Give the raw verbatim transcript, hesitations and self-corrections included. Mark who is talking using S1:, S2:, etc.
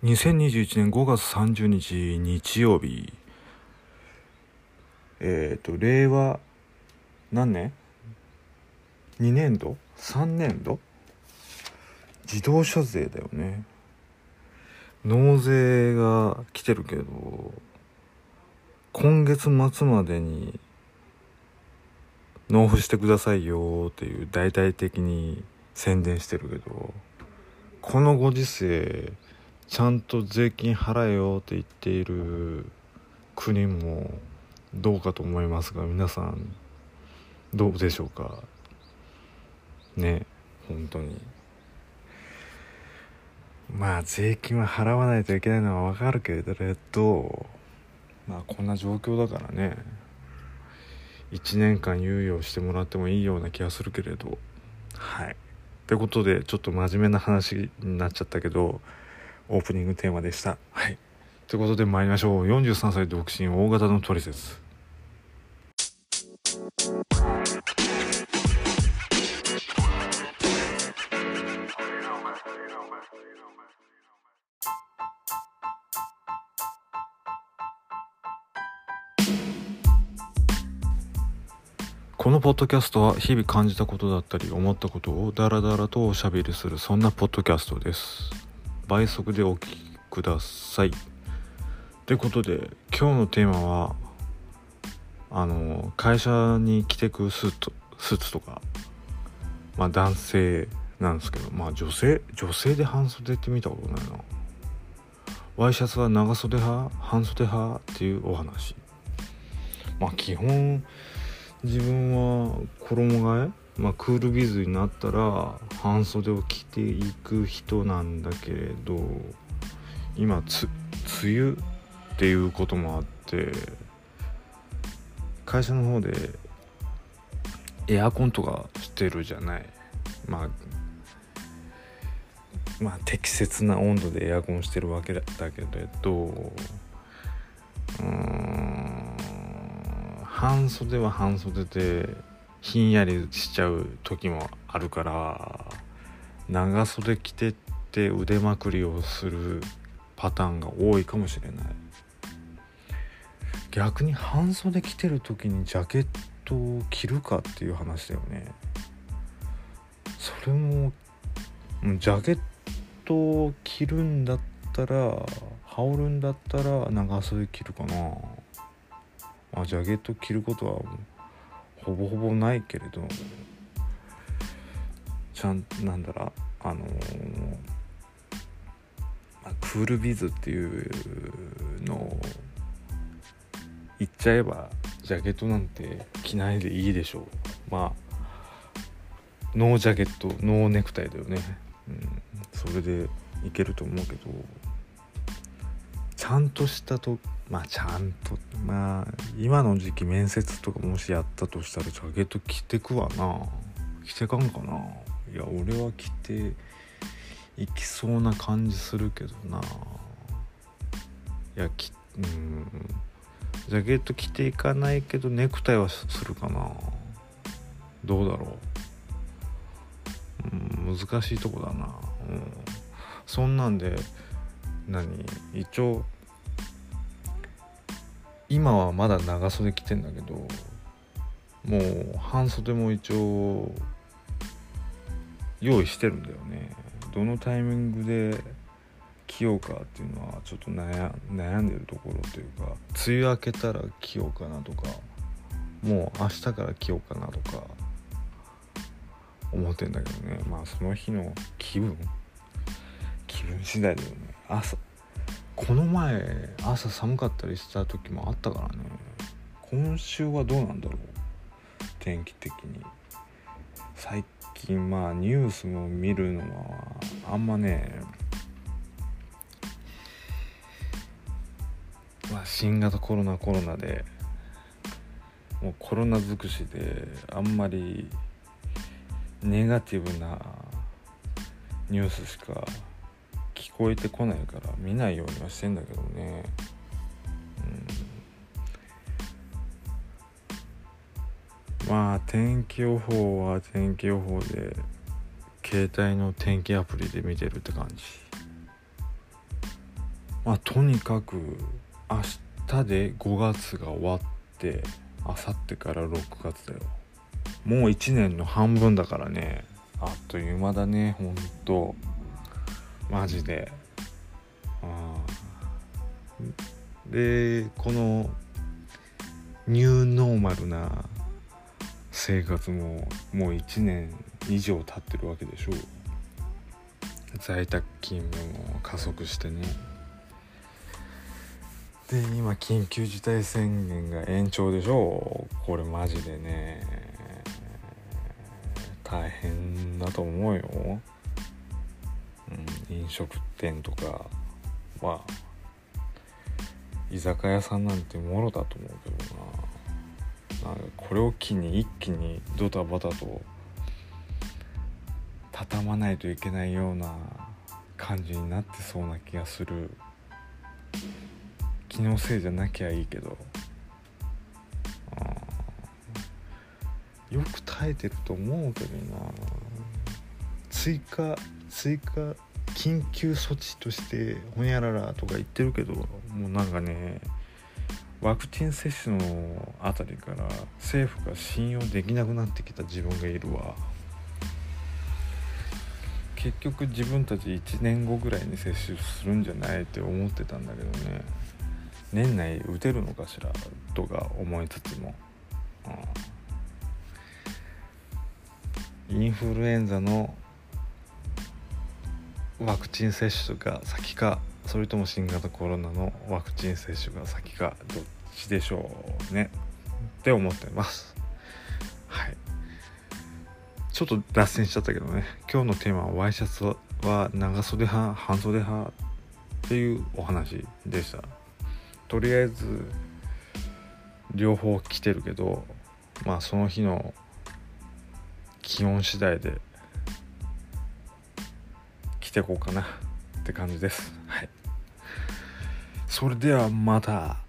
S1: にせんにじゅういちねんごがつさんじゅうにち日曜日、えっ、ー、と令和何年 ?に 年度さんねんど自動車税だよね。納税が来てるけど、今月末までに納付してくださいよっていう大々的に宣伝してるけど、このご時世ちゃんと税金払えよって言っている国もどうかと思いますが、皆さんどうでしょうかね。本当にまあ税金は払わないといけないのはわかるけれど、まあこんな状況だからね、いちねんかん猶予してもらってもいいような気がするけれど、はい。ということでちょっと真面目な話になっちゃったけど、オープニングテーマでした。はい。ということで参りましょう。よんじゅうさんさい独身大型のトリセツ。このポッドキャストは日々感じたことだったり思ったことをダラダラとおしゃべりする、そんなポッドキャストです。倍速でお聞きください。ということで今日のテーマはあの会社に着てくスーツスーツとか、まあ男性なんですけど、まあ女性女性で半袖って見たことないな。ワイシャツは長袖派半袖派っていうお話。まあ基本自分は衣替え、まあ、クールビズになったら半袖を着ていく人なんだけれど、今つ梅雨っていうこともあって会社の方でエアコンとかしてるじゃない。まあまあ適切な温度でエアコンしてるわけだけれど、うーん半袖は半袖でひんやりしちゃう時もあるから、長袖着てって腕まくりをするパターンが多いかもしれない。逆に半袖着てる時にジャケットを着るかっていう話だよね。それもジャケットを着るんだったら羽織るんだったら長袖着るかな。まあ、ジャケット着ることはほぼほぼないけれど、ちゃんなんだろう、あのーまあ、クールビズっていうのを言っちゃえばジャケットなんて着ないでいいでしょう。まあノージャケットノーネクタイだよね、うん、それでいけると思うけど、ちゃんとしたとまあちゃんとまあ今の時期面接とかもしやったとしたらジャケット着てくわな。着てかんかな。いや俺は着ていきそうな感じするけどな。いやきうんジャケット着ていかないけどネクタイはするかな。どうだろう、うん、難しいとこだな、うん、そんなんで何一応今はまだ長袖着てんだけど、もう半袖も一応用意してるんだよね。どのタイミングで着ようかっていうのはちょっと 悩, 悩んでるところというか、梅雨明けたら着ようかなとか、もう明日から着ようかなとか思ってんだけどね。まあその日の気分気分次第だよね。朝この前朝寒かったりした時もあったからね。今週はどうなんだろう、天気的に。最近まあニュースも見るのはあんまね、まあ新型コロナコロナでもうコロナ尽くしであんまりネガティブなニュースしか聞こえてこないから見ないようにはしてんだけどね、うん、まあ天気予報は天気予報で携帯の天気アプリで見てるって感じ。 まあとにかく明日でごがつが終わって明後日からろくがつだよ。もういちねんの半分だからね、あっという間だね、ほんとマジで。あでこのニューノーマルな生活ももういちねん以上経ってるわけでしょ。在宅勤務も加速してね。で今緊急事態宣言が延長でしょ。これマジでね大変だと思うよ、うん、飲食店とかまあ居酒屋さんなんてもろだと思うけどな。なんかこれを機に一気にドタバタと畳まないといけないような感じになってそうな気がする。気のせいじゃなきゃいいけど、あよく耐えてると思うけどな。追加追加緊急措置としてほにゃららとか言ってるけど、もうなんかねワクチン接種のあたりから政府が信用できなくなってきた自分がいるわ。結局自分たちいちねんごぐらいに接種するんじゃないって思ってたんだけどね、年内打てるのかしらとか思いつつも、うん、インフルエンザのワクチン接種が先か、それとも新型コロナのワクチン接種が先か、どっちでしょうねって思ってます。はい、ちょっと脱線しちゃったけどね、今日のテーマはワイシャツは長袖派半袖派っていうお話でした。とりあえず両方着てるけど、まあその日の気温次第で着てこうかなって感じです。はい、それではまた。